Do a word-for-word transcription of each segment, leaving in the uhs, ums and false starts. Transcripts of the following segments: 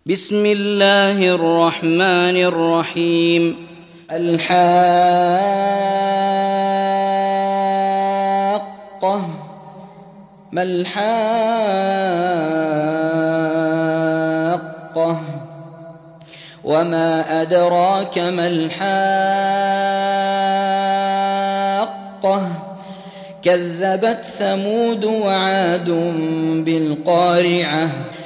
بسم الله الرحمن الرحيم. الحاقة. ما الحاقة وما أدراك ما الحاقة كذبت ثمود وعاد بالقارعة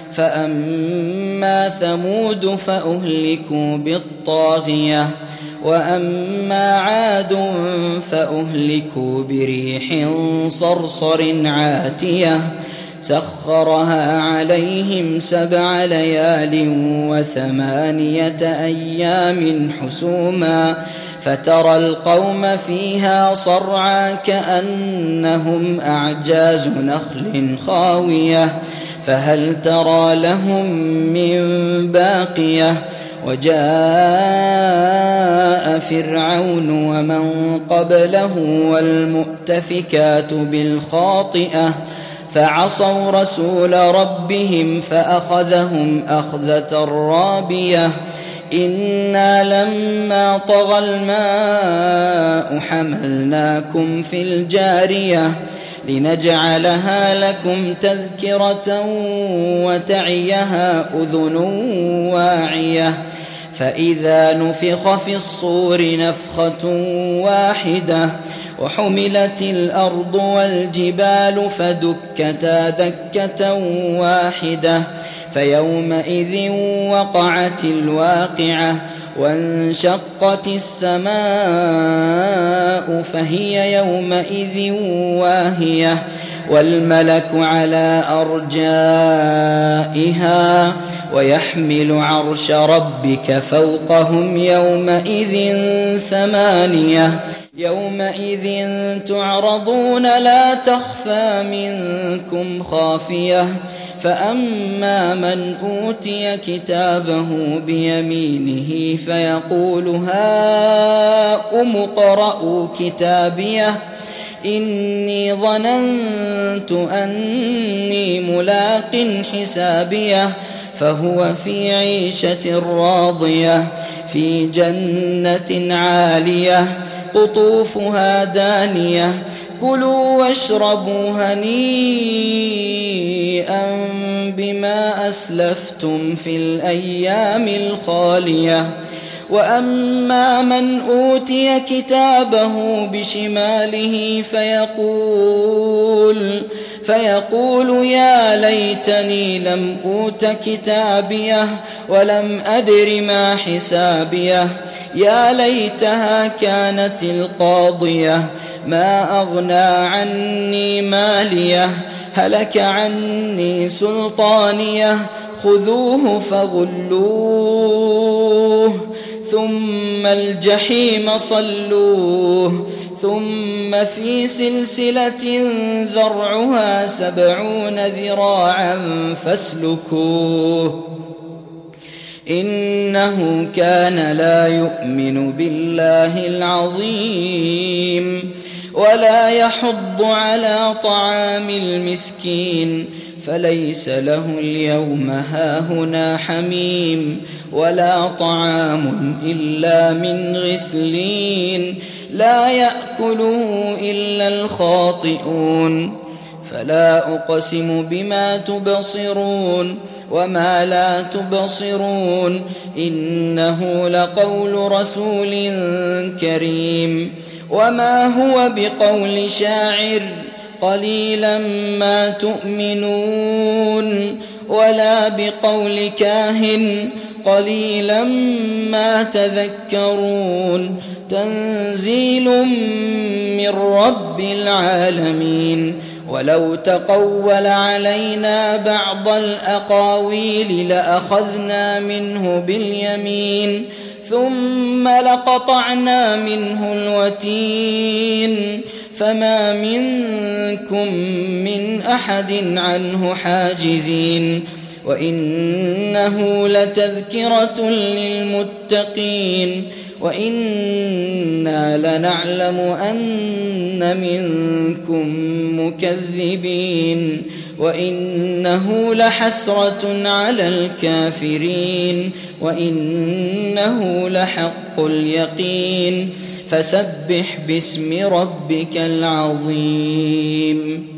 فأما ثمود فأهلكوا بالطاغية وأما عاد فأهلكوا بريح صرصر عاتية سخرها عليهم سبع ليال وثمانية أيام حسوما فترى القوم فيها صرعا كأنهم أعجاز نخل خاوية فهل ترى لهم من باقية وجاء فرعون ومن قبله والمؤتفكات بالخاطئة فعصوا رسول ربهم فأخذهم أخذة رابية إنا لما طغى الماء حملناكم في الجارية لنجعلها لكم تذكرة وتعيها أذن واعية فإذا نفخ في الصور نفخة واحدة وحملت الأرض والجبال فدكتا دكة واحدة فيومئذ وقعت الواقعة وانشقت السماء فهي يومئذ واهية والملك على أرجائها ويحمل عرش ربك فوقهم يومئذ ثمانية يومئذ تعرضون لا تخفى منكم خافية فأما من أوتي كتابه بيمينه فيقول هاؤم اقرءوا كتابيه إني ظننت أني ملاق حسابيه فهو في عيشة راضية في جنة عالية قطوفها دانية كلوا واشربوا هنيئا بما أسلفتم في الأيام الخالية وأما من أوتي كتابه بشماله فيقول فيقول يا ليتني لم أوت كتابيه ولم أدر ما حسابيه يا ليتها كانت القاضية ما أغنى عني ماليه هلك عني سلطانيه خذوه فغلوه ثم الجحيم صلوه ثم في سلسلة ذرعها سبعون ذراعا فاسلكوه إنه كان لا يؤمن بالله العظيم ولا يحض على طعام المسكين فليس له اليوم هاهنا حميم ولا طعام إلا من غسلين لا يأكله إلا الخاطئون فلا أقسم بما تبصرون وما لا تبصرون إنه لقول رسول كريم وما هو بقول شاعر قليلا ما تؤمنون ولا بقول كاهن قليلا ما تذكرون تنزيل من رب العالمين ولو تقول علينا بعض الأقاويل لأخذنا منه باليمين ثم لقطعنا منه الوتين فما منكم من أحد عنه حاجزين وإنه لتذكرة للمتقين وإنا لنعلم أن منكم مكذبين وإنه لحسرة على الكافرين وإنه لحق اليقين فسبح باسم ربك العظيم